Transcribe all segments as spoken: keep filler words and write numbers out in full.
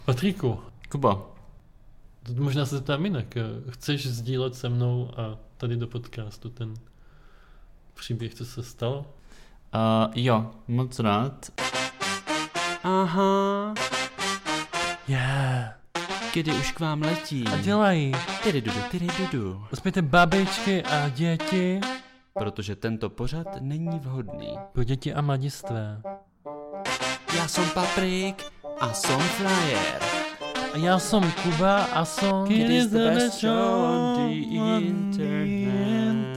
Patriku. Kuba. To možná se zeptám jinak. Chceš sdílet se mnou a tady do podcastu ten příběh, co se stalo? Uh, jo, moc rád. Aha. Yeah. Kdy už k vám letí. A dělají. Tyry dudu, tyry dudu. Uspějte babičky a děti. Protože tento pořad není vhodný. Pro děti a mladistvé. Já jsem Paprik a jsem Flyer. A já jsem Kuba a jsem Kid is the best show on the internet.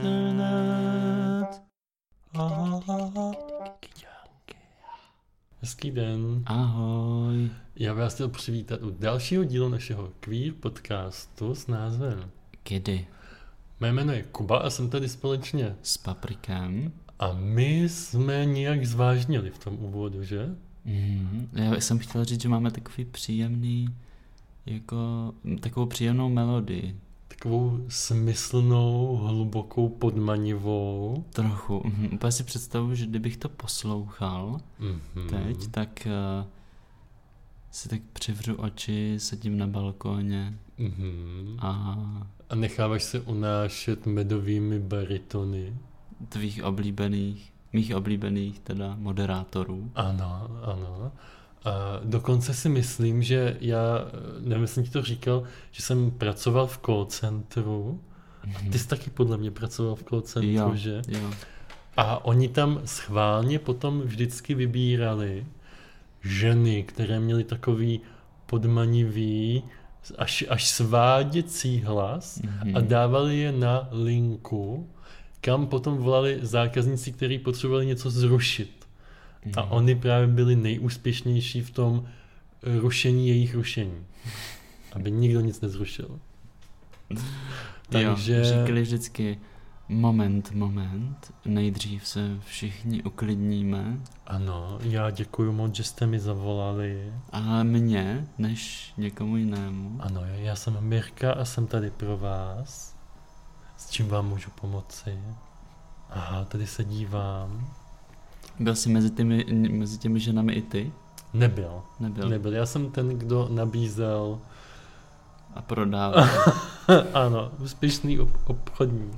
Hezký den. Ahoj. Já vás chtěl přivítat u dalšího dílu našeho queer podcastu s názvem Kdy? Mé jméno je Kuba a jsem tady společně S Paprikem. a my jsme nějak zvážnili v tom úvodu, že? Mm, já jsem chtěl říct, že máme takový příjemný, jako takovou příjemnou melodii. Takovou smyslnou, hlubokou, podmanivou. Trochu. Mhm. Úplně si představuji, že kdybych to poslouchal Mm-hmm. teď, tak uh, si tak přivřu oči, sedím na balkóně Mm-hmm. a A necháváš se unášet medovými baritony. tvých oblíbených, mých oblíbených teda moderátorů. Ano, ano. A dokonce si myslím, že já, nevím, jestli ti to říkal, že jsem pracoval v call centru. Mhm. Ty jsi taky podle mě pracoval v call centru, Jo, že? jo. A oni tam schválně potom vždycky vybírali ženy, které měly takový podmanivý, až, až sváděcí hlas Mhm. a dávali je na linku, kam potom volali zákazníci, kteří potřebovali něco zrušit. A Mhm. oni právě byli nejúspěšnější v tom rušení jejich rušení. Aby nikdo nic nezrušil. Takže... Jo, říkali vždycky moment, moment, nejdřív se všichni uklidníme Ano, já děkuji moc, že jste mi zavolali. a mě, než někomu jinému. Ano, já jsem Mirka a jsem tady pro vás. S čím vám můžu pomoci? Aha, tady se dívám. Byl jsi mezi těmi, mezi těmi ženami i ty? Nebyl. Nebyl. Nebyl. Já jsem ten, kdo nabízel. A prodával. Ano, úspěšný ob- obchodník.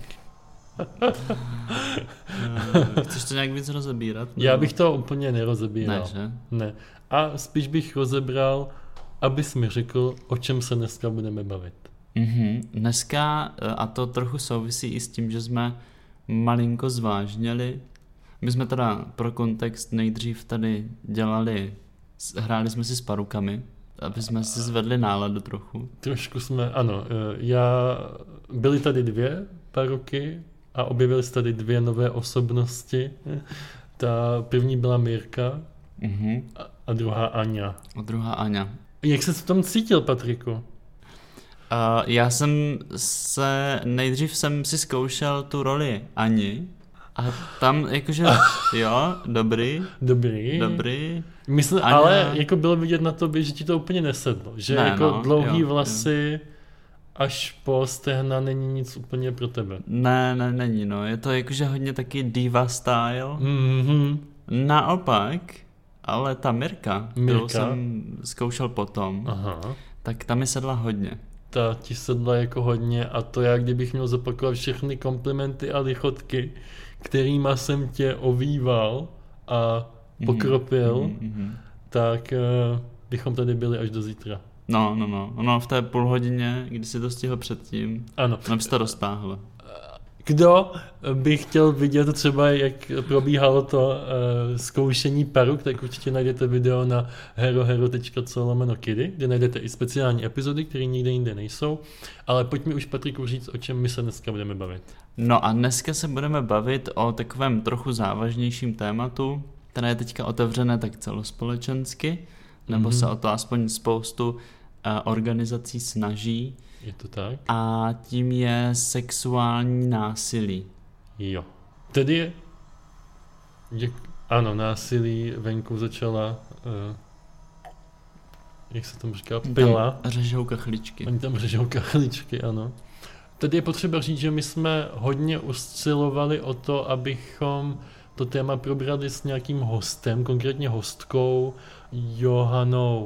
Eh, Chceš to nějak víc rozebírat? Já bych to úplně nerozebíral. Ne, že? Ne. A spíš bych rozebral, abys mi řekl, o čem se dneska budeme bavit. Mhm. Dneska, eh, a to trochu souvisí i s tím, že jsme malinko zvážněli. My jsme teda pro kontext nejdřív tady dělali, s- hráli jsme si s parukami, aby jsme si zvedli náladu trochu. Trošku jsme, ano, eh, já, byly tady dvě paruky a objevily se tady dvě nové osobnosti. Ta první byla Mirka Mhm. a, a druhá Aňa. A druhá Aňa. Jak jsi se v tom cítil, Patriku? Uh, já jsem se, nejdřív jsem si zkoušel tu roli Ani a tam jakože, jo, dobrý, Dobrý. dobrý. Myslím, Aňa- ale jako bylo vidět na tobě, že ti to úplně nesedlo. Že Ne, jako no, dlouhý jo, vlasy až po stehna není nic úplně pro tebe. Ne, ne, není, no, je to jakože hodně taky diva style. Mhm. Naopak, ale ta Mirka, kterou Mirka? jsem zkoušel potom, Aha. tak ta mi sedla hodně. Ta ti sedla jako hodně a to já, kdybych měl zopakovat všechny komplimenty a lichotky, kterýma jsem tě ovýval a pokropil, Mhm, mhm. tak uh, bychom tady byli až do zítra. No, no, no, no, v té půl hodině, kdy si to stihl předtím, Ano. no, bys to roztáhl. Kdo by chtěl vidět třeba, jak probíhalo to uh, zkoušení paruk, tak určitě najdete video na herohero tečka co lomeno kiddy, kde najdete i speciální epizody, které nikde jinde nejsou. Ale pojď mi už, Patriku, říct, o čem my se dneska budeme bavit. No a dneska se budeme bavit o takovém trochu závažnějším tématu, které je teďka otevřené tak celospolečensky, nebo Mhm. se o to aspoň spoustu uh, organizací snaží, Je to tak? a tím je sexuální násilí. Jo. Tedy je... Jak... Ano, násilí venku začala... Uh, jak se tomu říká? Pila. Tam řežou kachličky. Oni tam řežou kachličky, ano. Tady je potřeba říct, že my jsme hodně usilovali o to, abychom to téma probrali s nějakým hostem, konkrétně hostkou Johanou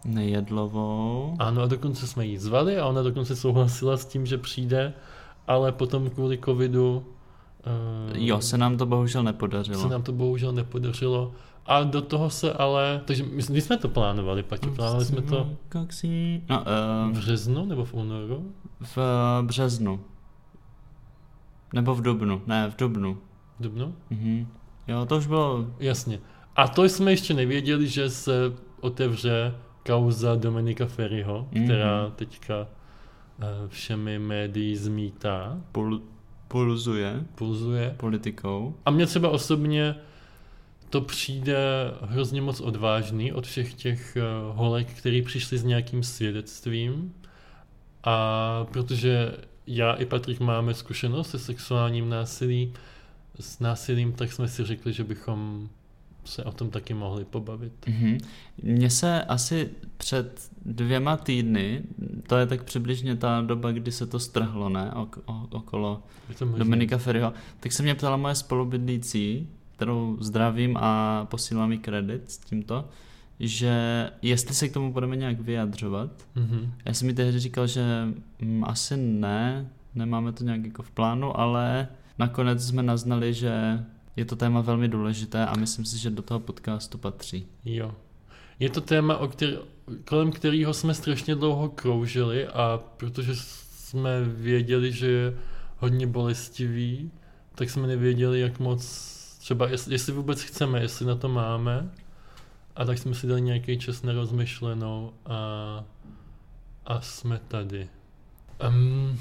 Nejedlovou. Ano, a dokonce jsme jí zvali a ona dokonce souhlasila s tím, že přijde, ale potom kvůli covidu uh, Jo, se nám to bohužel nepodařilo. Se nám to bohužel nepodařilo. A do toho se ale, takže my, my jsme to plánovali, Paťo, plánovali jsme to no, uh, v březnu nebo v únoru? V uh, březnu. Nebo v dubnu, ne, v dubnu. V dubnu? Mhm. Jo, to už bylo... Jasně. A to jsme ještě nevěděli, že se otevře kauza Dominika Feriho, mm-hmm. která teďka uh, všemi médii zmítá. Pul- pulzuje. Pulzuje. Politikou. A mně třeba osobně to přijde hrozně moc odvážný od všech těch uh, holek, který přišli s nějakým svědectvím. A protože já i Patrik máme zkušenost se sexuálním násilí, s násilím, tak jsme si řekli, že bychom se o tom taky mohli pobavit. Mm-hmm. Mně se asi před dvěma týdny, to je tak přibližně ta doba, kdy se to strhlo, ne, ok- o- okolo Dominika Feriho, tak se mě ptala moje spolubydlící, kterou zdravím a posílám jí kredit s tímto, že jestli se k tomu budeme nějak vyjadřovat. Mm-hmm. Já jsem mi tehdy říkal, že mm, asi ne, nemáme to nějak jako v plánu, ale nakonec jsme naznali, že je to téma velmi důležité a myslím si, že do toho podcastu patří. Jo. Je to téma, o který, kolem kterého jsme strašně dlouho kroužili a protože jsme věděli, že je hodně bolestivý, tak jsme nevěděli, jak moc, třeba jestli, jestli vůbec chceme, jestli na to máme. A tak jsme si dali nějaký čas na rozmyšlenou a, a jsme tady. Um,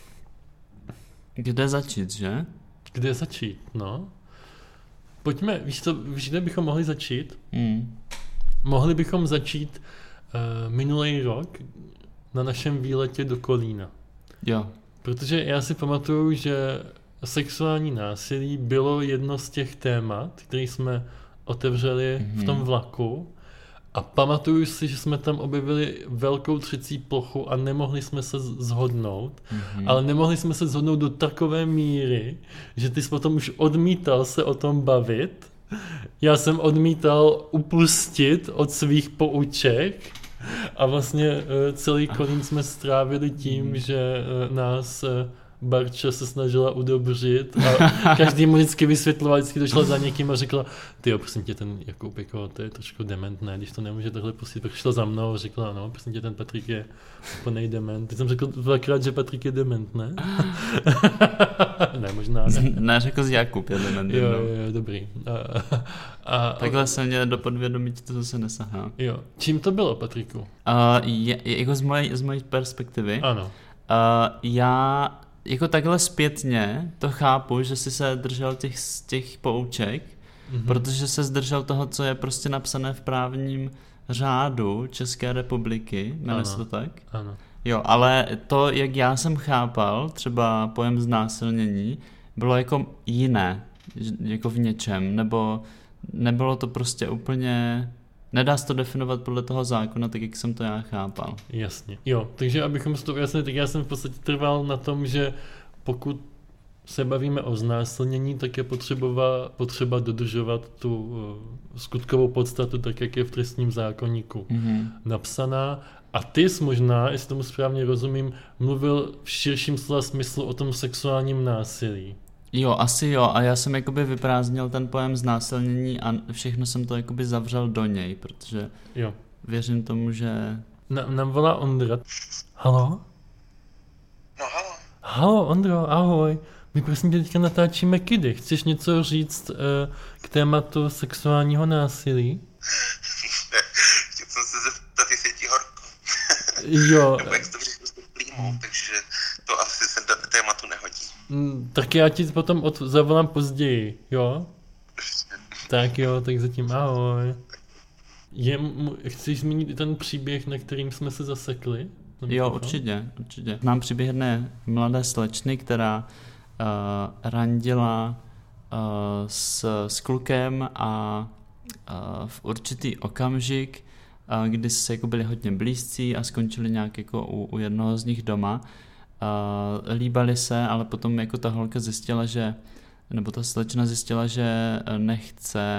Kde začít, že? Kde začít, no? Pojďme, víš co, víš, kde bychom mohli začít? Mm. Mohli bychom začít uh, minulý rok na našem výletě do Kolína. Jo. Protože já si pamatuju, že sexuální násilí bylo jedno z těch témat, které jsme otevřeli mm-hmm. v tom vlaku a pamatuju si, že jsme tam objevili velkou třecí plochu a nemohli jsme se zhodnout, mm-hmm. ale nemohli jsme se zhodnout do takové míry, že ty jsi potom už odmítal se o tom bavit. Já jsem odmítal upustit od svých pouček a vlastně celý Kolín jsme strávili tím, mm. že nás Barča se snažila udobřit a každý mu vždycky vysvětloval, vždycky došla za někým a řekla, tyjo, prosím tě, ten Jakub, jako, to je trošku dementné, když to nemůže takhle pustit, tak šla za mnou a řekla, no, prosím tě, ten Patrik je úplnej dement. Teď jsem řekl dvakrát, že Patrik je dement, ne? Ne, možná ne. Ne, řekl jsi Jakub je dement. Jo, jo, dobrý. A, a, Takhle se mě do podvědomí to zase nesahá. Jo. Čím to bylo, Patriku? Uh, je, je, jako z mojí, z mojí perspektivy. Ano. Uh, já jako takhle zpětně to chápu, že jsi se držel těch, těch pouček, mm-hmm. protože se zdržel toho, co je prostě napsané v právním řádu České republiky, jmenuje se to tak? Ano. Jo, ale to, jak já jsem chápal, třeba pojem znásilnění, bylo jako jiné, jako v něčem, nebo nebylo to prostě úplně... Nedá se to definovat podle toho zákona, tak jak jsem to já chápal. Jasně. Jo, takže abychom si to ujasnili, tak já jsem v podstatě trval na tom, že pokud se bavíme o znásilnění, tak je potřeba, potřeba dodržovat tu uh, skutkovou podstatu, tak jak je v trestním zákoníku mm-hmm. napsaná. A ty jsi možná, jestli tomu správně rozumím, mluvil v širším slova smyslu o tom sexuálním násilí. Jo, asi jo. A já jsem jakoby vyprázdnil ten pojem znásilnění a všechno jsem to jakoby zavřel do něj, protože jo. Věřím tomu, že... Na, nám volá Ondra. Haló? No, halo. Haló, Ondro, ahoj. My prosím tě teďka natáčíme Kidy. Chceš něco říct uh, k tématu sexuálního násilí? Ne, chtěl jsem se zeptat, jestli je ti horko. Jo. Nebo jak jsi to vyřešil s tou plímou, takže to asi se do tématu nehodí. Mm, tak já ti potom od, zavolám později, jo? Tak jo, tak zatím ahoj. Je, chceš zmínit i ten příběh, na kterým jsme se zasekli? Jo, určitě, určitě. Mám příběh jedné mladé slečny, která uh, randila uh, s, s klukem a uh, v určitý okamžik, uh, kdy se jako byli hodně blízcí a skončili nějak jako u, u jednoho z nich doma, uh, líbali se, ale potom jako ta holka zjistila, že nebo ta slečna zjistila, že nechce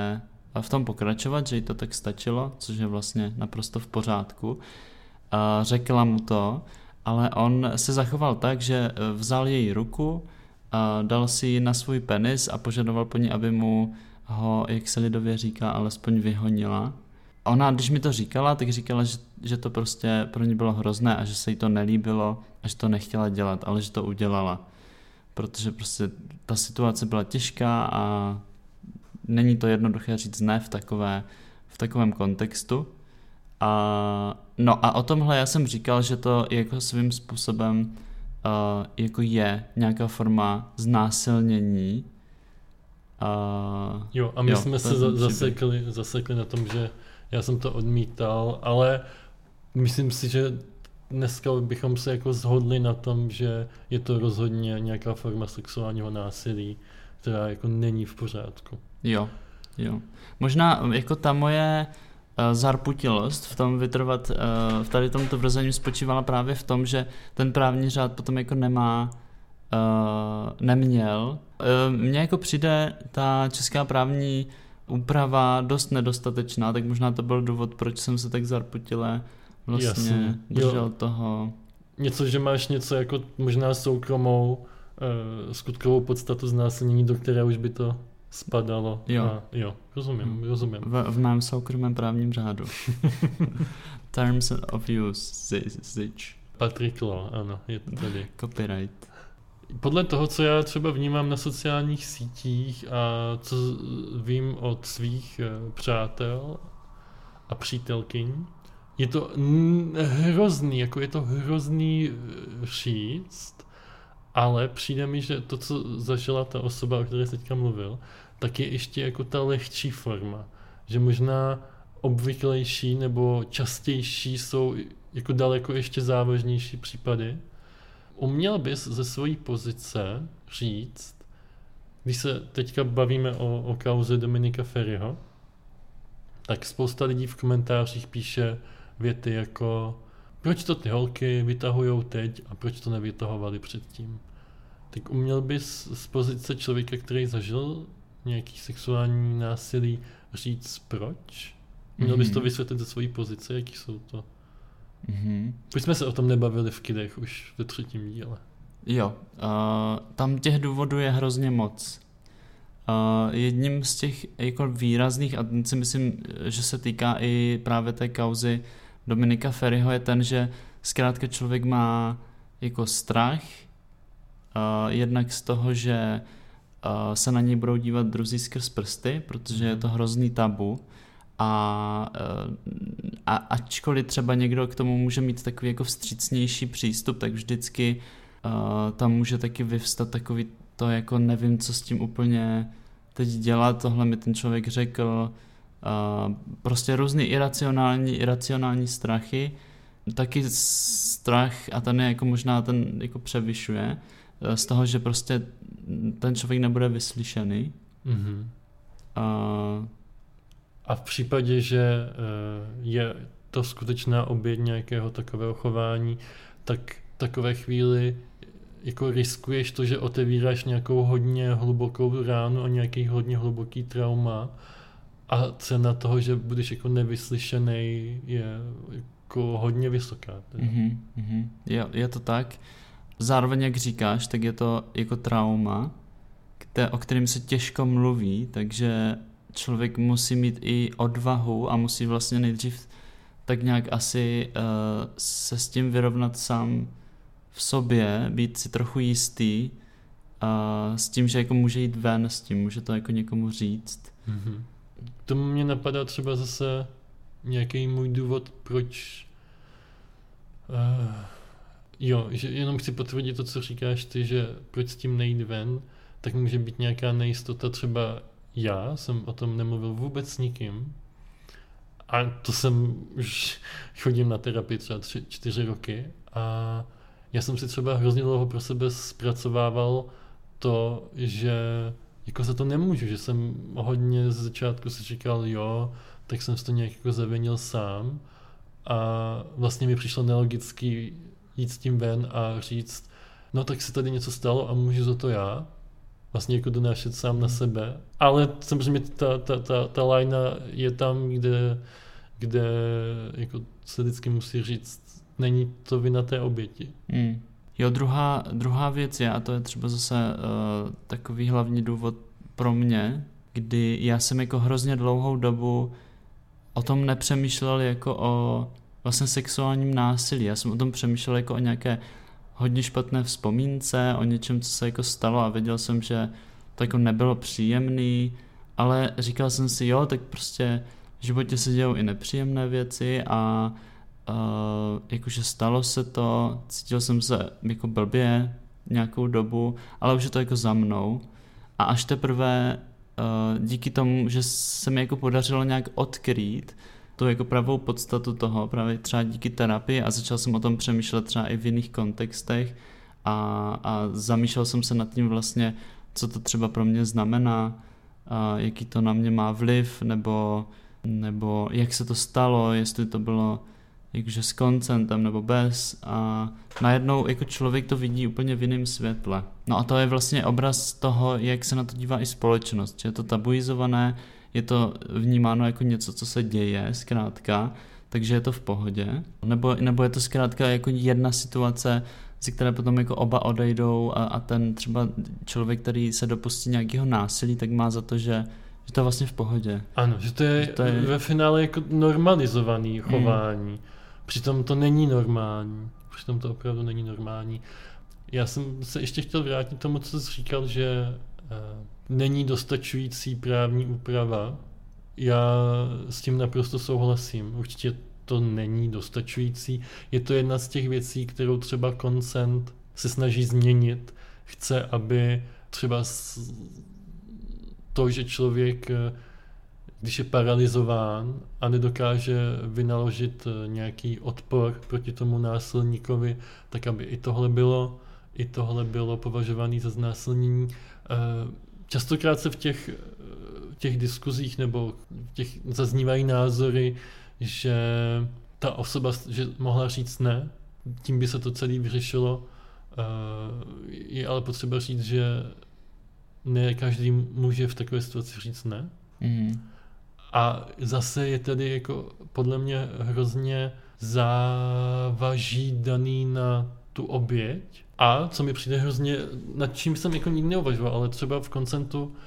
v tom pokračovat, že jí to tak stačilo, což je vlastně naprosto v pořádku. A řekla mu to, ale on se zachoval tak, že vzal její ruku, a dal si ji na svůj penis a požadoval po ní, aby mu ho, jak se lidově říká, alespoň vyhonila. Ona, když mi to říkala, tak říkala, že, že to prostě pro ní bylo hrozné a že se jí to nelíbilo a že to nechtěla dělat, ale že to udělala. Protože prostě ta situace byla těžká a není to jednoduché říct ne v, takové, v takovém kontextu. A, no a o tomhle já jsem říkal, že to jako svým způsobem uh, jako je nějaká forma znásilnění. Uh, jo, a my jo, jsme se za, zasekli, zasekli na tom, že já jsem to odmítal, ale myslím si, že dneska bychom se jako shodli na tom, že je to rozhodně nějaká forma sexuálního násilí, která jako není v pořádku. Jo, jo. Možná jako ta moje uh, zarputilost v tom vytrvat, uh, v tady tomto tvrzení spočívala právě v tom, že ten právní řád potom jako nemá, uh, neměl. Uh, mně jako přijde ta česká právní úprava dost nedostatečná, tak možná to byl důvod, proč jsem se tak zarputile vlastně Jasně. držel jo. toho. Něco, že máš něco jako možná soukromou uh, skutkovou podstatu znásilnění, do které už by to spadalo. Jo, a, jo rozumím, hmm. rozumím. V, v mém soukromém právním řádu. Terms of usage. Patrick Law, ano, je to tady. Copyright. Podle toho, co já třeba vnímám na sociálních sítích a co vím od svých přátel a přítelkyň, je to hrozný, jako je to hrozný říct, ale přijde mi, že to, co zažila ta osoba, o které jsi teďka mluvil, tak je ještě jako ta lehčí forma, že možná obvyklejší nebo častější jsou jako daleko ještě závažnější případy. Uměl bys ze své pozice říct, když se teďka bavíme o, o kauze Dominika Feriho, tak spousta lidí v komentářích píše věty jako proč to ty holky vytahujou teď a proč to nevytahovali předtím. Tak uměl bys z pozice člověka, který zažil nějaký sexuální násilí, říct proč? Uměl mm-hmm. bys to vysvětlit ze své pozice, jaký jsou to? Mm-hmm. Proč jsme se o tom nebavili v Kidech už ve třetím díle? Jo, uh, tam těch důvodů je hrozně moc. Uh, jedním z těch jako výrazných, a ten si myslím, že se týká i právě té kauzy Dominika Feriho, je ten, že zkrátka člověk má jako strach, uh, jednak z toho, že uh, se na něj budou dívat druzí skrz prsty, protože je to hrozný tabu. A, a ačkoliv třeba někdo k tomu může mít takový jako vstřícnější přístup, tak vždycky uh, tam může taky vyvstat takový to jako nevím, co s tím úplně teď dělat, tohle mi ten člověk řekl, uh, prostě různý iracionální, iracionální strachy, taky strach a ten je jako možná ten jako převyšuje uh, z toho, že prostě ten člověk nebude vyslyšený. Mm-hmm. Uh, A v případě, že je to skutečná oběť nějakého takového chování, tak v takové chvíli jako riskuješ to, že otevíráš nějakou hodně hlubokou ránu a nějaký hodně hluboký trauma a cena toho, že budeš jako nevyslyšený, je jako hodně vysoká. Mm-hmm, mm-hmm. Je, je to tak. Zároveň, jak říkáš, tak je to jako trauma, které, o kterém se těžko mluví, takže člověk musí mít i odvahu a musí vlastně nejdřív tak nějak asi uh, se s tím vyrovnat sám v sobě, být si trochu jistý uh, s tím, že jako může jít ven s tím, může to jako někomu říct. Mm-hmm. Tomu mě napadá třeba zase nějaký můj důvod, proč uh, jo, že jenom chci potvrdit to, co říkáš ty, že proč s tím nejít ven, tak může být nějaká nejistota, třeba já jsem o tom nemluvil vůbec s nikým a to jsem už chodím na terapii třeba tři, čtyři roky a já jsem si třeba hrozně dlouho pro sebe zpracovával to, že jako za to nemůžu, že jsem hodně z začátku si říkal jo, tak jsem si to nějak jako zavinil sám a vlastně mi přišlo nelogicky jít s tím ven a říct no tak se tady něco stalo a můžu za to já. vlastně jako donášet sám na sebe. Ale samozřejmě ta, ta, ta, ta lajna je tam, kde, kde jako se vždycky musí říct, není to vina té oběti. Mm. Jo, druhá, druhá věc je, a to je třeba zase uh, takový hlavní důvod pro mě, kdy já jsem jako hrozně dlouhou dobu o tom nepřemýšlel jako o vlastně sexuálním násilí. Já jsem o tom přemýšlel jako o nějaké hodně špatné vzpomínce, o něčem, co se jako stalo a věděl jsem, že to jako nebylo příjemný, ale říkal jsem si, jo, tak prostě v životě se dějou i nepříjemné věci a uh, jakože stalo se to, cítil jsem se jako blbě nějakou dobu, ale už je to jako za mnou a až teprve uh, díky tomu, že se mi jako podařilo nějak odkrýt tu jako pravou podstatu toho, právě třeba díky terapii a začal jsem o tom přemýšlet třeba i v jiných kontextech a, a zamýšlel jsem se nad tím vlastně, co to třeba pro mě znamená, a jaký to na mě má vliv, nebo, nebo jak se to stalo, jestli to bylo jakože s koncentem nebo bez a najednou jako člověk to vidí úplně v jiném světle. No a to je vlastně obraz toho, jak se na to dívá i společnost, že je to tabuizované, je to vnímáno jako něco, co se děje zkrátka, takže je to v pohodě. Nebo, nebo je to zkrátka jako jedna situace, z které potom jako oba odejdou a, a ten třeba člověk, který se dopustí nějakého násilí, tak má za to, že, že to je vlastně v pohodě. Ano, že to je, že to je... ve finále jako normalizovaný chování. Mm. Přitom to není normální. Přitom to opravdu není normální. Já jsem se ještě chtěl vrátit tomu, co jsi říkal, že není dostačující právní úprava. Já s tím naprosto souhlasím. Určitě to není dostačující. Je to jedna z těch věcí, kterou třeba Consent se snaží změnit. Chce, aby třeba to, že člověk, když je paralyzován a nedokáže vynaložit nějaký odpor proti tomu násilníkovi, tak aby i tohle bylo, i tohle bylo považované za znásilnění. Častokrát se v těch, těch diskuzích nebo v těch zaznívají názory, že ta osoba, že mohla říct ne, tím by se to celé vyřešilo. Je ale potřeba říct, že ne každý může v takové situaci říct ne. Mm. A zase je tedy jako podle mě hrozně závaží daný na tu oběť. A co mi přijde hrozně, nad čím jsem jako nikdy neuvažoval, ale třeba v Consentu uh,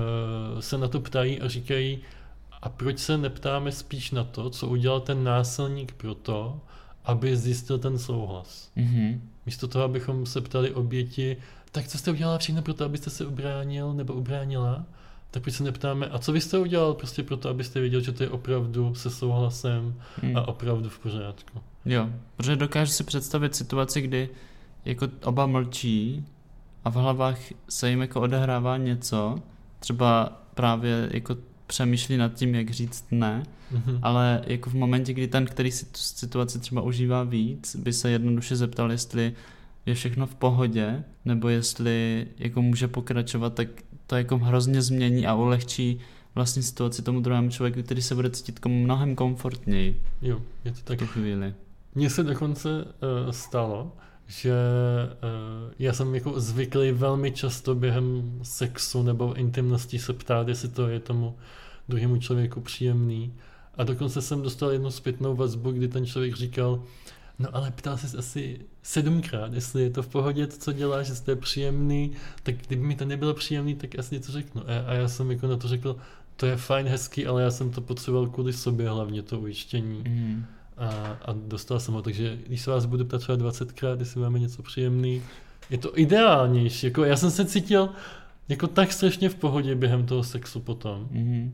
se na to ptají a říkají, a proč se neptáme spíš na to, co udělal ten násilník pro to, aby zjistil ten souhlas. Mm-hmm. Místo toho, abychom se ptali oběti, tak co jste udělala všechno pro to, abyste se ubránil nebo ubránila, tak proč se neptáme, a co vy jste udělal prostě pro to, abyste věděl, že to je opravdu se souhlasem mm. a opravdu v pořádku. Jo, protože dokážu si představit situaci, kdy jako oba mlčí a v hlavách se jim jako odehrává něco, třeba právě jako přemýšlí nad tím, jak říct ne, mm-hmm. ale jako v momentě, kdy ten, který si tu situaci třeba užívá víc, by se jednoduše zeptal, jestli je všechno v pohodě, nebo jestli jako může pokračovat, tak to jako hrozně změní a ulehčí vlastně situaci tomu druhému člověku, který se bude cítit mnohem komfortněji. Jo, je to tak. V tu chvíli. Mně se dokonce uh, stalo, že uh, já jsem jako zvyklý velmi často během sexu nebo intimnosti se ptát, jestli to je tomu druhému člověku příjemný. A dokonce jsem dostal jednu zpětnou vazbu, kdy ten člověk říkal, no ale ptal jsi asi sedmkrát, jestli je to v pohodě, to, co děláš, jestli to je příjemný, tak kdyby mi to nebylo příjemný, tak asi něco řeknu. A já jsem jako na to řekl, to je fajn, hezký, ale já jsem to potřeboval kvůli sobě, hlavně to ujištění. Mm. A, a dostal jsem ho, takže když se vás budu ptát třeba dvacetkrát, jestli máme něco příjemný, je to ideálnější. Jako já jsem se cítil jako tak strašně v pohodě během toho sexu potom. Mm.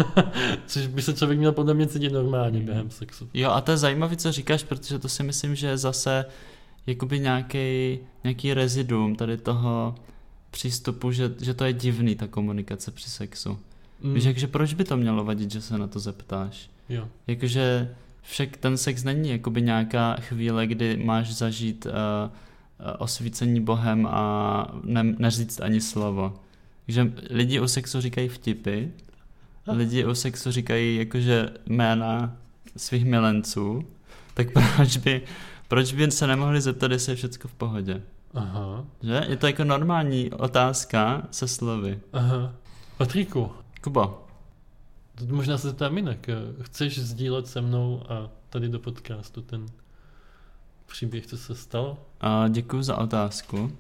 Což by se člověk měl podle mě cítit normálně mm. během sexu. Jo, a to je zajímavé, co říkáš, protože to si myslím, že je zase jakoby nějaký, nějaký reziduum tady toho přístupu, že, že to je divný, ta komunikace při sexu. Mm. Víš, jakže proč by to mělo vadit, že se na to zeptáš? Jo. Jakože však ten sex není jakoby nějaká chvíle, kdy máš zažít uh, osvícení Bohem a ne, neříct ani slovo. Takže lidi o sexu říkají vtipy, lidi o sexu říkají jakože jména svých milenců, tak proč by, proč by se nemohli zeptat, jestli je všecko v pohodě? Aha. Že? Je to jako normální otázka se slovy. Aha. Patriku. Kubo. Možná se zeptám jinak. Chceš sdílet se mnou a tady do podcastu ten příběh, co se stalo? Uh, děkuji za otázku. Uh,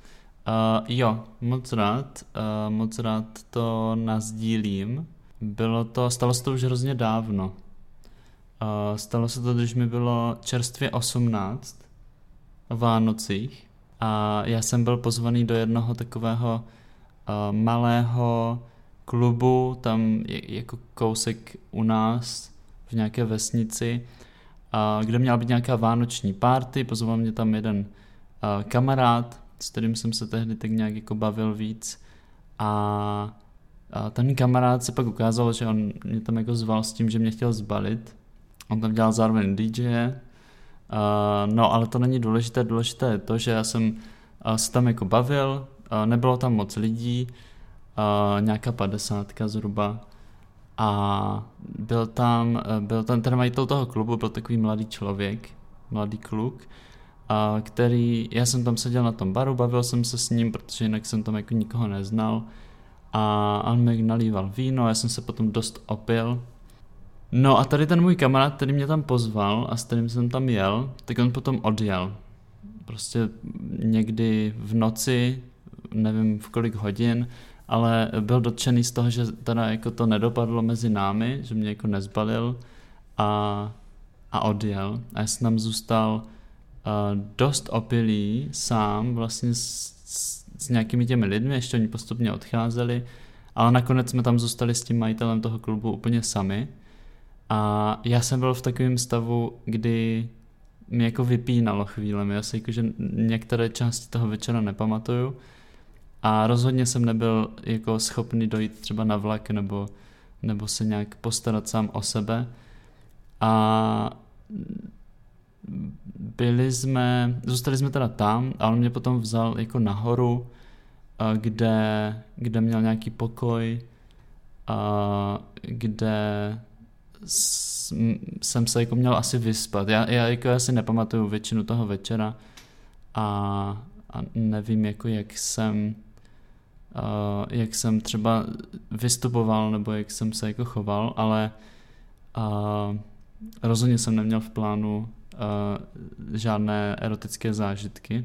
jo, moc rád. Uh, moc rád to nasdílím. Bylo to, stalo se to už hrozně dávno. Uh, stalo se to, když mi bylo čerstvě osmnáct o Vánocích a já jsem byl pozvaný do jednoho takového uh, malého klubu, tam je, jako kousek u nás v nějaké vesnici, uh, kde měla být nějaká vánoční party, pozval mě tam jeden uh, kamarád, s kterým jsem se tehdy tak nějak jako bavil víc a A ten kamarád se pak ukázal, že on mě tam jako zval s tím, že mě chtěl zbalit. On tam dělal zároveň dý džeje. Uh, no ale to není důležité, důležité je to, že já jsem uh, se tam jako bavil, uh, nebylo tam moc lidí, uh, nějaká padesátka zhruba. A byl tam, uh, byl tam ten majitel toho klubu, byl takový mladý člověk, mladý kluk, uh, který, já jsem tam seděl na tom baru, bavil jsem se s ním, protože jinak jsem tam jako nikoho neznal. A on mi nalíval víno, já jsem se potom dost opil. No a tady ten můj kamarád, který mě tam pozval a s kterým jsem tam jel, tak on potom odjel. Prostě někdy v noci, nevím v kolik hodin, ale byl dotčený z toho, že teda jako to nedopadlo mezi námi, že mě jako nezbalil a, a odjel. A já jsem tam zůstal uh, dost opilý sám vlastně s, s, s nějakými těmi lidmi, ještě oni postupně odcházeli, ale nakonec jsme tam zůstali s tím majitelem toho klubu úplně sami. A já jsem byl v takovém stavu, kdy mě jako vypínalo chvílemi, já si jakože některé části toho večera nepamatuju a rozhodně jsem nebyl jako schopný dojít třeba na vlak nebo, nebo se nějak postarat sám o sebe. A byli jsme, zůstali jsme teda tam a on mě potom vzal jako nahoru, kde, kde měl nějaký pokoj, a kde jsem se jako měl asi vyspat. Já, já jako já si nepamatuju většinu toho večera a, a nevím jako jak jsem uh, jak jsem třeba vystupoval nebo jak jsem se jako choval, ale uh, rozhodně jsem neměl v plánu uh, žádné erotické zážitky.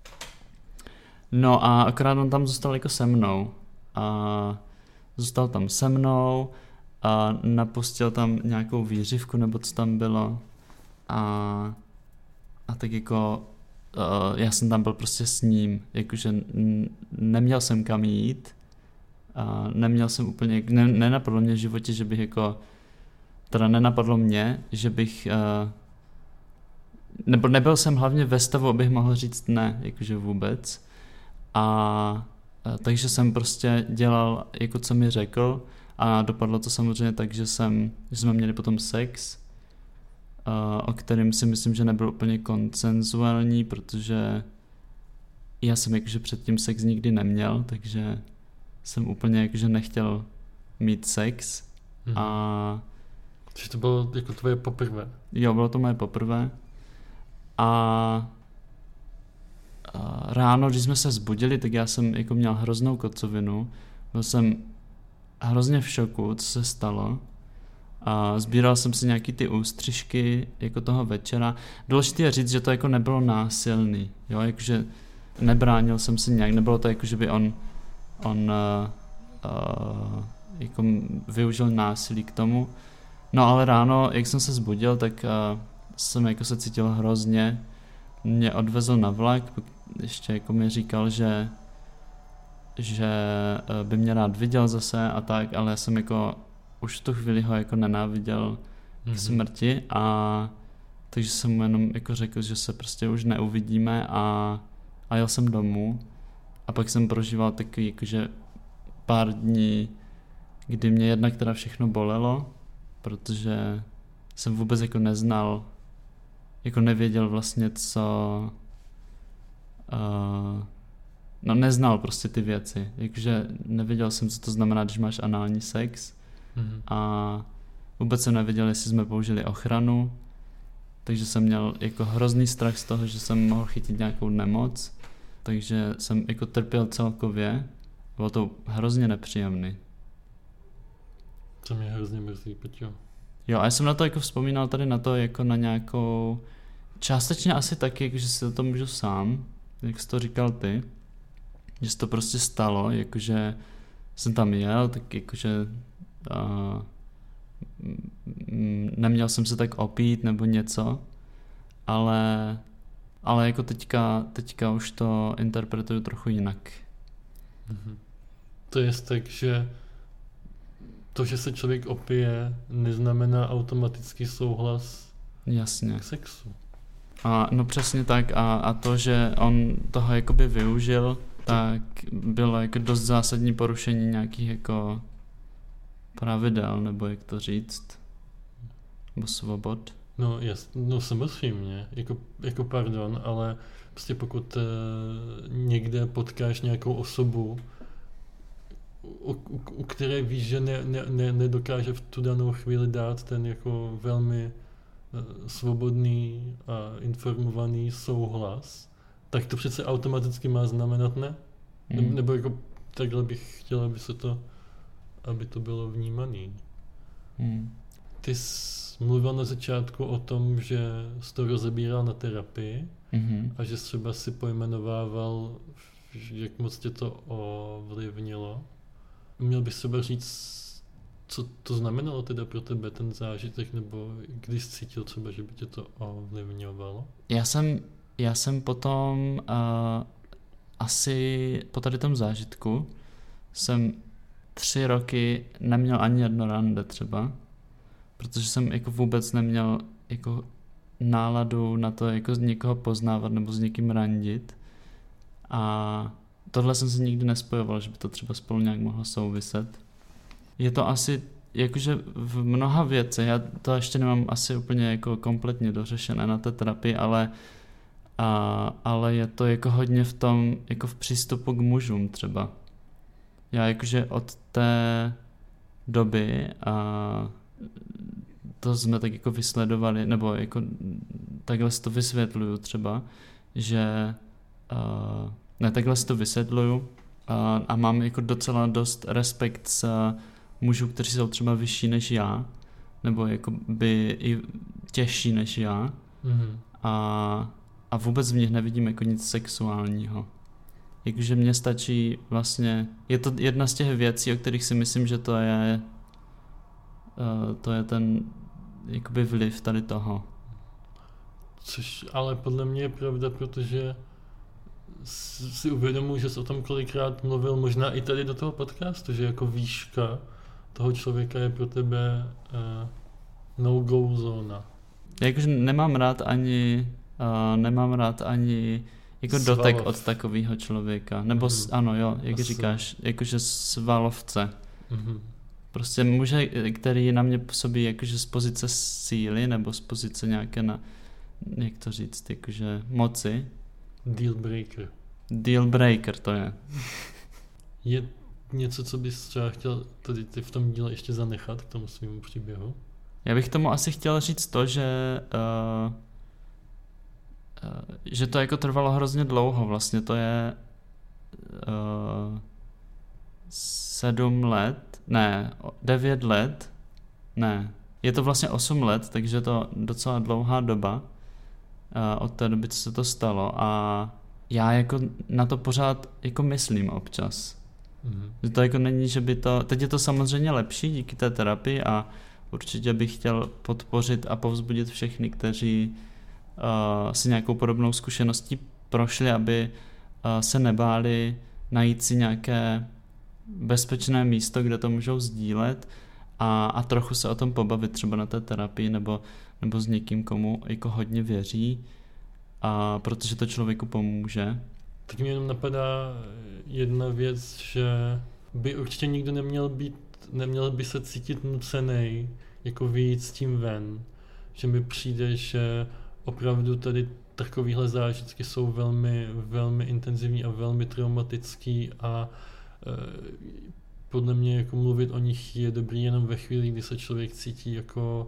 No a akorát on tam zůstal jako se mnou a zůstal tam se mnou a napustil tam nějakou výřivku, nebo co tam bylo a, a tak jako uh, já jsem tam byl prostě s ním, jakože n- neměl jsem kam jít a neměl jsem úplně, ne, nenapadlo mě v životě, že bych jako, teda nenapadlo mě, že bych, uh, nebo nebyl jsem hlavně ve stavu, abych mohl říct ne, jakože vůbec a, a takže jsem prostě dělal jako co mi řekl. A dopadlo to samozřejmě tak, že, jsem, že jsme měli potom sex, uh, o kterém si myslím, že nebyl úplně konsenzuální, protože já jsem jakože předtím sex nikdy neměl, takže jsem úplně jakože nechtěl mít sex. Mhm. A takže to bylo jako tvoje poprvé. Jo, bylo to moje poprvé. A, a ráno, když jsme se zbudili, tak já jsem jako měl hroznou kocovinu. Byl jsem hrozně v šoku, co se stalo. A sbíral jsem si nějaký ty ústřižky jako toho večera. Důležité je říct, že to jako nebylo násilný. Jo, jakože nebránil jsem si nějak, nebylo to jako, že by on, on uh, uh, jako využil násilí k tomu. No ale ráno, jak jsem se zbudil, tak uh, jsem jako se cítil hrozně. Mě odvezl na vlak, ještě jako mi říkal, že že by mě rád viděl zase a tak, ale já jsem jako už v tu chvíli ho jako nenáviděl mm-hmm. k smrti a takže jsem mu jenom jako řekl, že se prostě už neuvidíme a, a jel jsem domů a pak jsem prožíval takový jakože pár dní, kdy mě jednak teda všechno bolelo, protože jsem vůbec jako neznal, jako nevěděl vlastně co uh, no neznal prostě ty věci, jakože nevěděl jsem, co to znamená, když máš anální sex mm-hmm. a vůbec jsem nevěděl, jestli jsme použili ochranu, takže jsem měl jako hrozný strach z toho, že jsem mohl chytit nějakou nemoc Takže jsem jako trpěl celkově, bylo to hrozně nepříjemný. To mě hrozně mrzí, Peťo. Jo, a já jsem na to jako vzpomínal tady na to jako na nějakou, částečně asi taky, jako, že si to můžu sám, jak jsi to říkal ty, že se to prostě stalo, jakože jsem tam jel, tak jakože uh, neměl jsem se tak opít nebo něco, ale, ale jako teďka, teďka už to interpretuju trochu jinak. Mhm. To je tak, že to, že se člověk opije, neznamená automatický souhlas Jasně. k sexu. A, no přesně tak a, a to, že on toho jakoby využil, tak bylo jako dost zásadní porušení nějakých jako pravidel, nebo jak to říct, nebo svobod. No jasně, no samozřejmě, jako, jako pardon, ale prostě pokud uh, někde potkáš nějakou osobu, u, u, u které víš, že ne, ne, ne, nedokáže v tu danou chvíli dát ten jako velmi uh, svobodný a informovaný souhlas, tak to přece automaticky má znamenat ne? Ne Hmm. nebo jako takhle bych chtěl, aby se to, aby to bylo vnímaný. Hmm. Ty jsi mluvil na začátku o tom, že jsi to rozebíral na terapii Mm-hmm. a že jsi třeba si pojmenovával, jak moc tě to ovlivnilo. Měl bys třeba říct, co to znamenalo teda pro tebe ten zážitek, nebo když jsi cítil třeba, že by tě to ovlivňovalo? Já jsem, já jsem potom uh, asi po tady tom zážitku jsem tři roky neměl ani jedno rande třeba, protože jsem jako vůbec neměl jako náladu na to jako někoho poznávat nebo s někým randit a tohle jsem si nikdy nespojoval, že by to třeba spolu nějak mohlo souviset. Je to asi jakože v mnoha věcech, já to ještě nemám asi úplně jako kompletně dořešené na té terapii, ale, a, ale je to jako hodně v tom, jako v přístupu k mužům třeba. Já jakože od té doby a to jsme tak jako vysledovali, nebo jako takhle si to vysvětluju třeba, že uh, ne, takhle si to vysvětluju uh, a mám jako docela dost respekt s mužů, kteří jsou třeba vyšší než já, nebo jako by i těžší než já Mm-hmm. a, a vůbec v nich nevidím jako nic sexuálního. Jakože mně stačí vlastně, je to jedna z těch věcí, o kterých si myslím, že to je uh, to je ten jakoby vliv tady toho. Což ale podle mě je pravda, protože si uvědomuji, že jsi o tom kolikrát mluvil, možná i tady do toho podcastu, že jako výška toho člověka je pro tebe uh, no-go zóna. Jakože nemám rád ani uh, nemám rád ani jako Svalov. dotek od takového člověka. Nebo Mhm. s, ano, jo, jak Asi. říkáš, jakože svalovce. Mm-hmm. Prostě muže, který na mě působí jakože z pozice síly, nebo z pozice nějaké na, jak to říct, jakože moci. Deal breaker. Deal breaker to je. Je něco, co bys třeba chtěl tady ty v tom díle ještě zanechat k tomu svému příběhu? Já bych tomu asi chtěl říct to, že uh, uh, že to jako trvalo hrozně dlouho, vlastně to je uh, sedm let, ne, devět let, ne, je to vlastně osm let, takže to docela dlouhá doba uh, od té doby, co se to stalo a já jako na to pořád jako myslím občas. Mm-hmm. Že to jako není, že by to, teď je to samozřejmě lepší díky té terapii a určitě bych chtěl podpořit a povzbudit všechny, kteří uh, si nějakou podobnou zkušeností prošli, aby uh, se nebáli najít si nějaké bezpečné místo, kde to můžou sdílet a, a trochu se o tom pobavit třeba na té terapii nebo, nebo s někým, komu jako hodně věří, a protože to člověku pomůže. Tak mě jenom napadá jedna věc, že by určitě nikdo neměl být, neměl by se cítit nucenej jako vyjít s tím ven. Že mi přijde, že opravdu tady takovýhle zážitky jsou velmi, velmi intenzivní a velmi traumatický a e, podle mě jako mluvit o nich je dobrý jenom ve chvíli, kdy se člověk cítí jako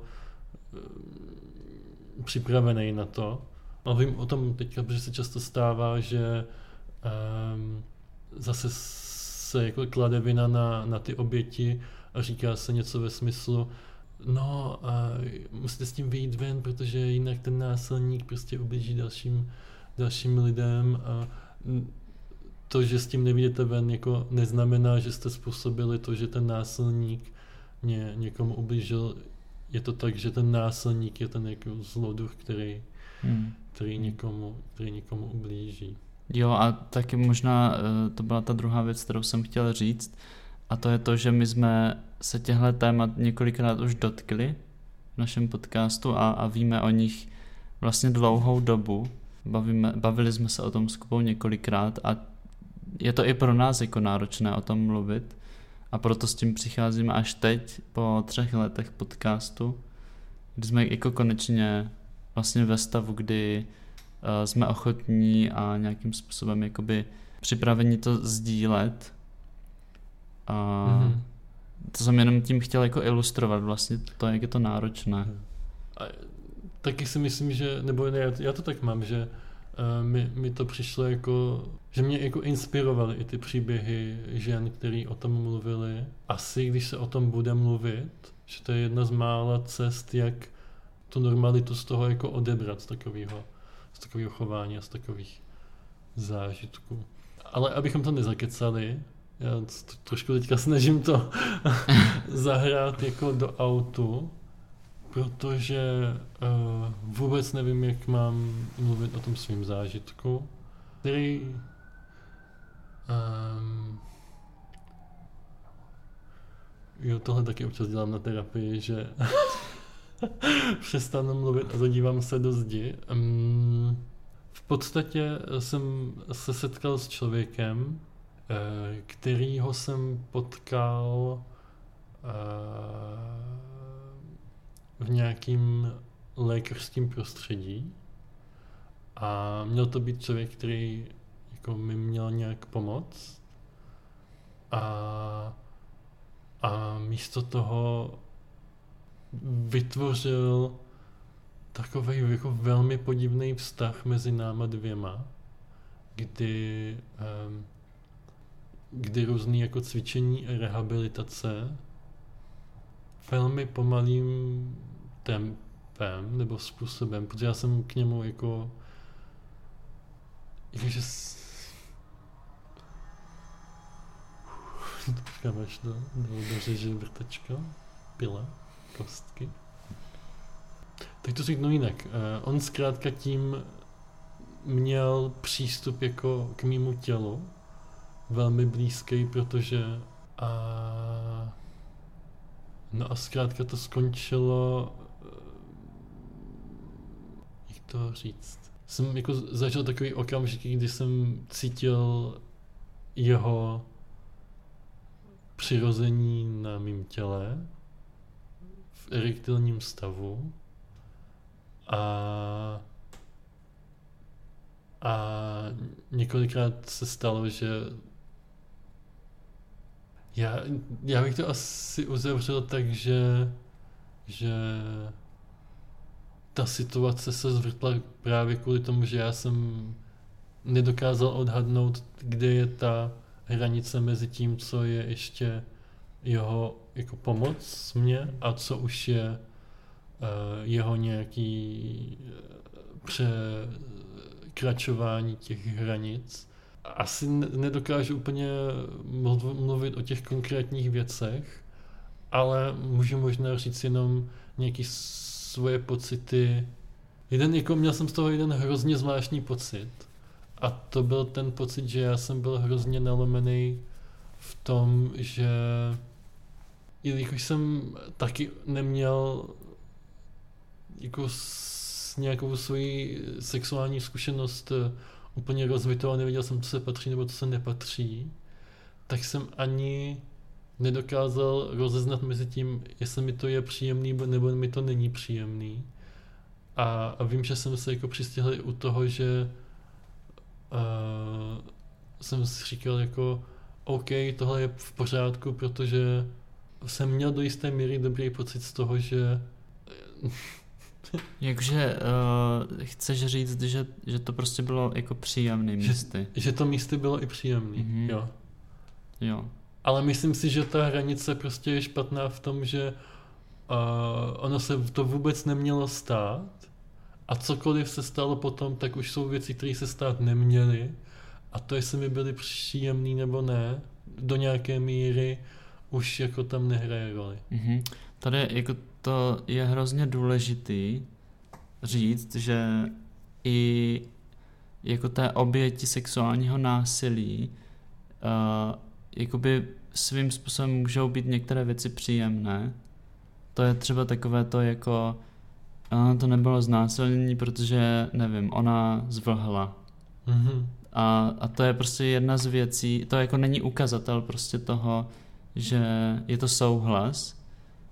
e, připravený na to. A vím o tom teďka, protože se často stává, že um, zase se jako klade vina na, na ty oběti a říká se něco ve smyslu, no a musíte s tím vyjít ven, protože jinak ten násilník prostě ublíží dalším, dalším lidem a to, že s tím nevyjdete ven, jako neznamená, že jste způsobili to, že ten násilník ně, někomu ublížil. Je to tak, že ten násilník je ten jako zloduch, který, hmm. který, někomu, který někomu ublíží. Jo, a taky možná to byla ta druhá věc, kterou jsem chtěl říct, a to je to, že my jsme se těchto témat několikrát už dotkli v našem podcastu a, a víme o nich vlastně dlouhou dobu. Bavíme, bavili jsme se o tom s Kubou několikrát a je to i pro nás jako náročné o tom mluvit a proto s tím přicházíme až teď po třech letech podcastu, kdy jsme jako konečně vlastně ve stavu, kdy uh, jsme ochotní a nějakým způsobem jakoby připraveni to sdílet. A mm-hmm. to jsem jenom tím chtěl jako ilustrovat vlastně to, jak je to náročné. A taky si myslím, že, nebo ne, já to tak mám, že uh, mi, mi to přišlo jako, že mě jako inspirovaly i ty příběhy žen, který o tom mluvili. Asi když se o tom bude mluvit, že to je jedna z mála cest, jak tu normalitu z toho jako odebrat, z takového, z takového chování a z takových zážitků. Ale abychom to nezakecali, já trošku teďka snažím to zahrát jako do autu, protože uh, vůbec nevím, jak mám mluvit o tom svým zážitku, který um, jo, tohle taky občas dělám na terapii, že přestanu mluvit a zadívám se do zdi. Um, v podstatě jsem se setkal s člověkem, kterýho jsem potkal v nějakým lékařském prostředí a měl to být člověk, který jako mi měl nějak pomoct a, a místo toho vytvořil takový jako velmi podivný vztah mezi náma dvěma, kdy um, kdy různý jako cvičení a rehabilitace velmi pomalým tempem nebo způsobem, protože já jsem k němu jako jakože počkám až do, do, do řeže vrtačka, pila, kostky. Tak to řeknu jinak. Uh, on zkrátka tím měl přístup jako k mému tělu, velmi blízký, protože a no a zkrátka to skončilo, jak to říct. Jsem jako zažil takový okamžik, kdy jsem cítil jeho přirození na mém těle v erektilním stavu a a několikrát se stalo, že Já, já bych to asi uzavřel tak, že, že ta situace se zvrtla právě kvůli tomu, že já jsem nedokázal odhadnout, kde je ta hranice mezi tím, co je ještě jeho jako pomoc mě a co už je uh, jeho nějaký překračování těch hranic. Asi nedokážu úplně mluvit o těch konkrétních věcech, ale můžu možná říct jenom nějaké svoje pocity. Jeden, jako měl jsem z toho jeden hrozně zvláštní pocit a to byl ten pocit, že já jsem byl hrozně nalomený v tom, že jelikož jsem taky neměl jako s nějakou svoji sexuální zkušenost úplně rozvitou a nevěděl jsem, co se patří nebo co se nepatří, tak jsem ani nedokázal rozeznat mezi tím, jestli mi to je příjemný nebo mi to není příjemný. A, a vím, že jsem se jako přistihl u toho, že uh, jsem si říkal jako OK, tohle je v pořádku, protože jsem měl do jisté míry dobrý pocit z toho, že Jakože uh, chceš říct, že, že to prostě bylo jako příjemný místy. Že, že to místy bylo i příjemný, mm-hmm. jo. Jo. Ale myslím si, že ta hranice prostě je špatná v tom, že uh, ono se to vůbec nemělo stát a cokoliv se stalo potom, tak už jsou věci, které se stát neměly a to, jestli mi byly příjemný nebo ne, do nějaké míry už jako tam nehraje roli. Mm-hmm. Tady jako to je hrozně důležitý říct, že i jako té oběti sexuálního násilí uh, jakoby svým způsobem můžou být některé věci příjemné. To je třeba takové to jako uh, to nebylo znásilnění, protože nevím, ona zvlhla. Mm-hmm. A, a to je prostě jedna z věcí, to jako není ukazatel prostě toho, že je to souhlas.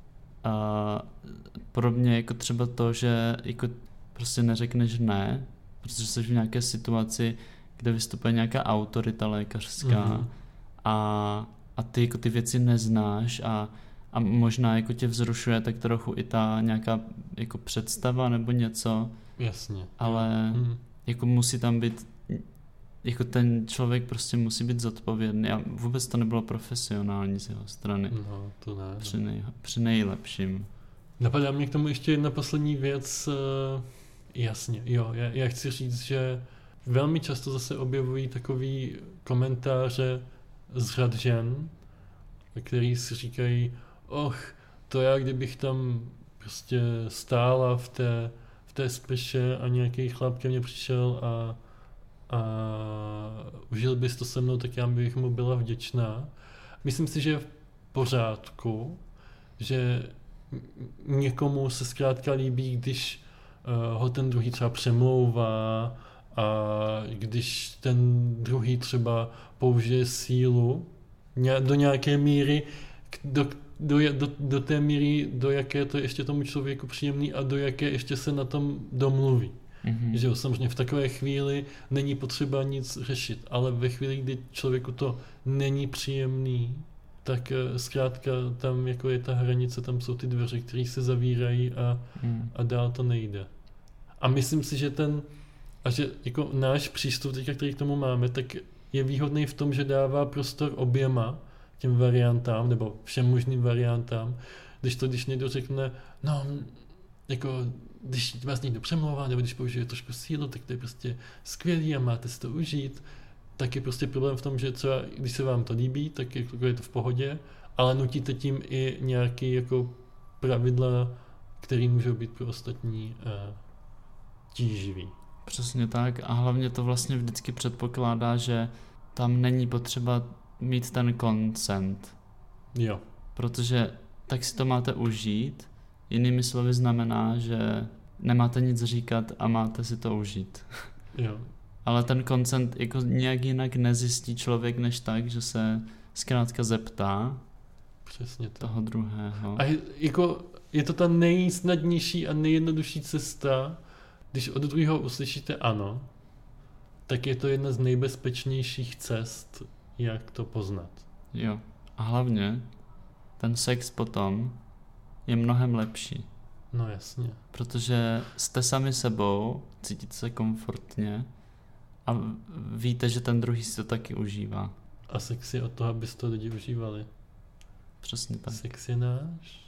A podobně jako třeba to, že jako prostě neřekneš ne, protože jsi v nějaké situaci, kde vystupuje nějaká autorita lékařská mm-hmm. a, a ty jako ty věci neznáš a, a možná jako tě vzrušuje tak trochu i ta nějaká jako představa nebo něco. Jasně. Ale mm. jako musí tam být jako ten člověk prostě musí být zodpovědný a vůbec to nebylo profesionální z jeho strany. No, to ne. Při, nej, při nejlepším. Napadá mě k tomu ještě jedna poslední věc. Jasně, jo, já, já chci říct, že velmi často zase objevují takový komentáře z řad žen, který si říkají, och, to já kdybych tam prostě stála v té, v té sprše a nějaký chlap ke mně přišel a a užil bys to se mnou, tak já bych mu byla vděčná. Myslím si, že je v pořádku, že někomu se zkrátka líbí, když uh, ho ten druhý třeba přemlouvá a když ten druhý třeba použije sílu do nějaké míry, do, do, do, do té míry, do jaké to ještě tomu člověku příjemný a do jaké ještě se na tom domluví. Mm-hmm. Že jo, samozřejmě v takové chvíli není potřeba nic řešit, ale ve chvíli, kdy člověku to není příjemný, tak zkrátka tam jako je ta hranice, tam jsou ty dveře, které se zavírají a, mm. a dál to nejde. A myslím si, že ten, a že jako náš přístup, teďka, který k tomu máme, tak je výhodný v tom, že dává prostor oběma těm variantám, nebo všem možným variantám, když to, když někdo řekne, no, jako když vás někdo přemlouvá, nebo když použije trošku sílu, tak to je prostě skvělý a máte si to užít, tak je prostě problém v tom, že třeba, když se vám to líbí, tak je, je to v pohodě, ale nutíte tím i nějaké jako pravidla, které můžou být pro ostatní uh, tíživý. Přesně tak a hlavně to vlastně vždycky předpokládá, že tam není potřeba mít ten consent. Jo. Protože tak si to máte užít, jinými slovy znamená, že nemáte nic říkat a máte si to užít. Jo. Ale ten consent jako nějak jinak nezjistí člověk než tak, že se zkrátka zeptá. Přesně to. Toho druhého. A je, jako, je to ta nejsnadnější a nejjednodušší cesta, když od druhého uslyšíte ano, tak je to jedna z nejbezpečnějších cest, jak to poznat. Jo. A hlavně ten sex potom je mnohem lepší. No jasně. Protože jste sami sebou, cítíte se komfortně a víte, že ten druhý si to taky užívá. A sex je od toho, abyste to lidi užívali. Přesně tak. Sex je náš.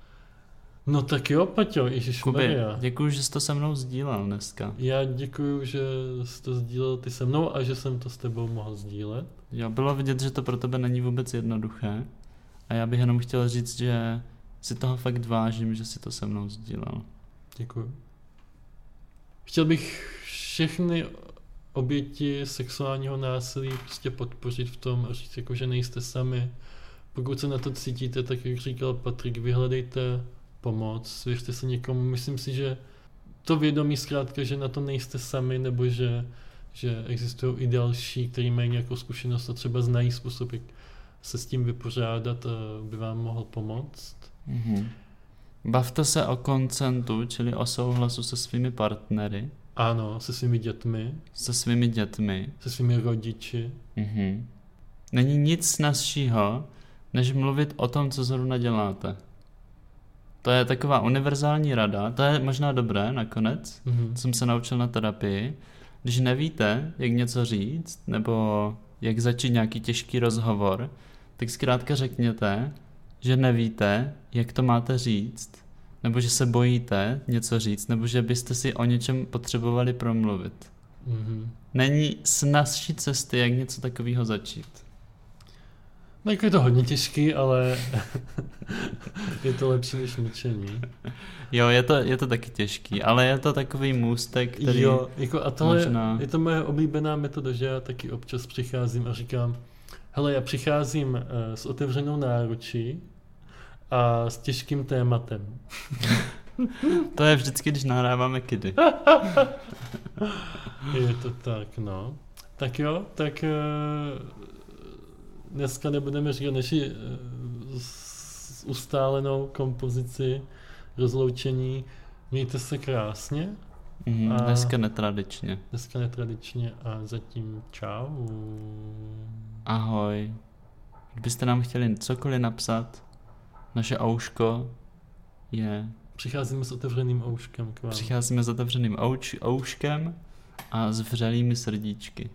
No tak jo, Paťo, ježišmarja. Děkuju, že jsi to se mnou sdílel dneska. Já děkuju, že jsi to sdílel ty se mnou a že jsem to s tebou mohl sdílet. Jo, bylo vidět, že to pro tebe není vůbec jednoduché a já bych jenom chtěl říct, že si toho fakt vážím, že si to se mnou sdílel. Děkuju. Chtěl bych všechny oběti sexuálního násilí prostě podpořit v tom a říct, jako, že nejste sami. Pokud se na to cítíte, tak jak říkal Patrik, vyhledejte pomoc, svěřte se někomu. Myslím si, že to vědomí zkrátka, že na to nejste sami, nebo že, že existují i další, kteří mají nějakou zkušenost a třeba znají způsob, jak se s tím vypořádat, by vám mohl pomoct. Mm-hmm. Bavte se o koncentu, čili o souhlasu se svými partnery. Ano, se svými dětmi. Se svými dětmi. Se svými rodiči. Mm-hmm. Není nic snazšího, než mluvit o tom, co zrovna děláte. To je taková univerzální rada, to je možná dobré nakonec, Mhm. jsem se naučil na terapii. Když nevíte, jak něco říct, nebo jak začít nějaký těžký rozhovor, tak zkrátka řekněte, že nevíte, jak to máte říct, nebo že se bojíte něco říct, nebo že byste si o něčem potřebovali promluvit. Mhm. Není snazší cesty, jak něco takového začít. No jako je to hodně těžký, ale je to lepší než mlčení. Jo, je to, je to taky těžký, ale je to takový můstek, který... Jo, jako a tohle možná- je to moje oblíbená metoda, že já taky občas přicházím a říkám, hele, já přicházím uh, s otevřenou náručí a s těžkým tématem. To je vždycky, když nahráváme kidy. Je to tak, no. Tak jo, tak uh, dneska nebudeme říkat naši uh, s ustálenou kompozici rozloučení. Mějte se krásně, Mhm, A- dneska netradičně. dneska netradičně a zatím čau. Ahoj. Kdybyste nám chtěli cokoliv napsat, naše ouško je... Přicházíme s otevřeným ouškem k vám. Přicházíme s otevřeným ouč, ouškem a s vřelými srdíčky.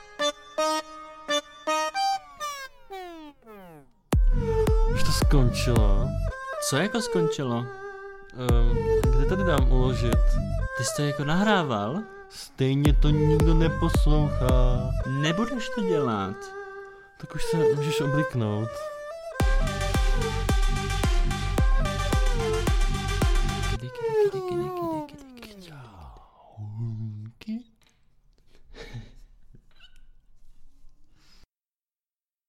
Už to skončilo. Co jako skončilo? Um, kde tady dám uložit? Ty jsi to jako nahrával? Stejně to nikdo neposlouchá. Nebudeš to dělat. Tak už se můžeš obliknout. Kdy, kdy, kdy, kdy.